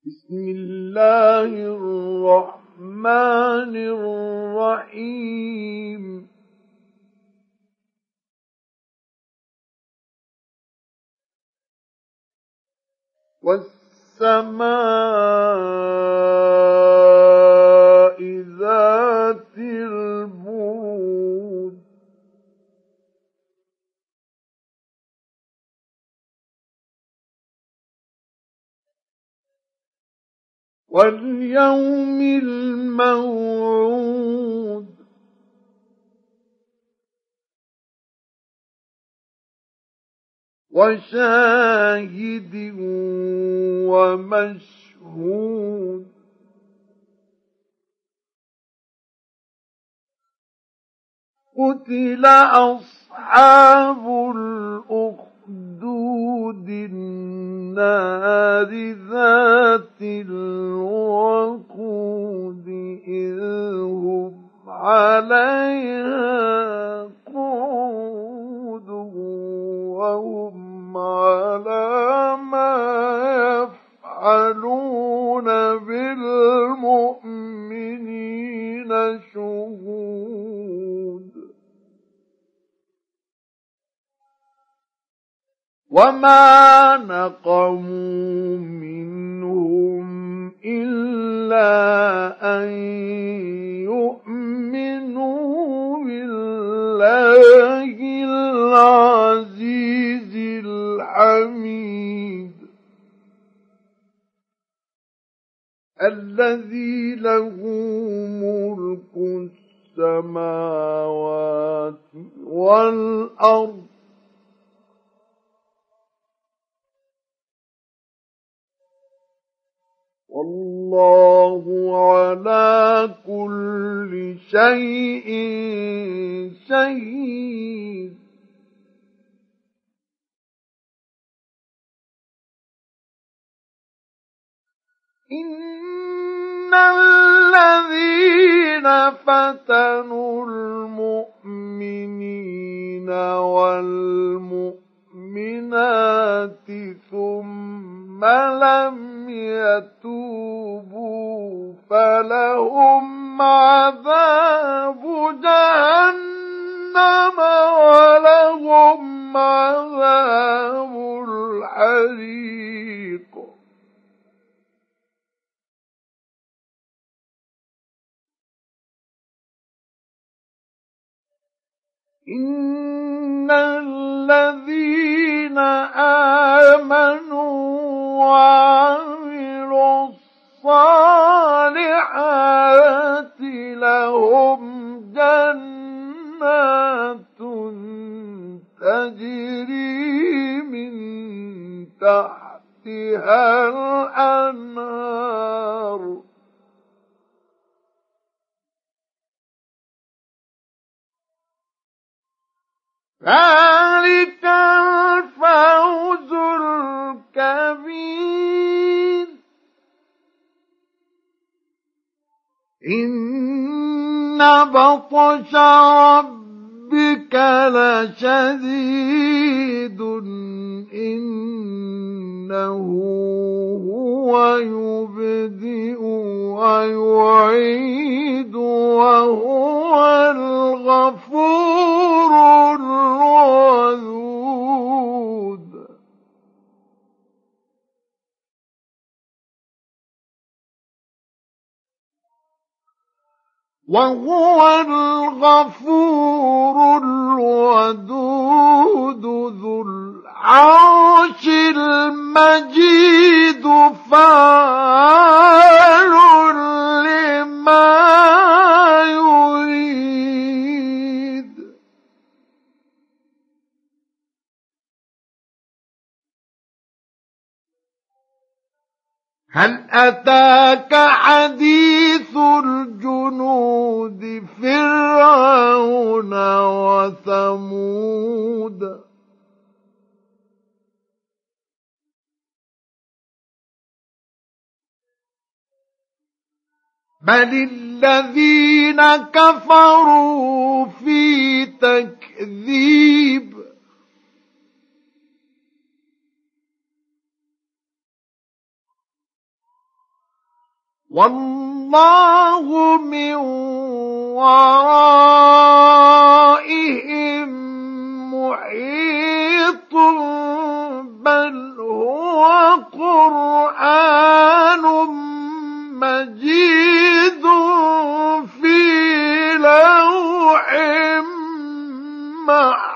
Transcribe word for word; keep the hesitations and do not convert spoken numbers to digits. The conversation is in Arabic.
بسم الله الرحمن الرحيم والسماء ذات البروج واليوم الموعود وشاهد ومشهود قتل أصحاب الأخدود النار ذات الوقود إذ هم عليها قعود وهم على ما يفعلون بالمؤمنين شهود وما نقموا منهم إلا أن يؤمنوا بالله العزيز الحميد الذي له ملك السماوات والأرض والله على كل شيء شهيد إن الذين فتنوا المؤمنين والمؤمنات ثم لم يتوبوا فلهم عذاب جهنم ولهم عذاب الحريق إن الذين آمنوا وعملوا الصالحات لهم جنات تجري من تحتها الأنهار ذلك الفوز الكبير إن بطش ربك لشديد إنه هو يبدئ ويعيد وهو الغفور الودود وهو الغفور الودود ذو العرش المجيد فعال لما يريد هل أتاك حديث الجنود فرعون وثمود بل الذين كفروا في تكذيب والله من ورائهم محيط بل هو قرآن مجيد في لوح محفوظ.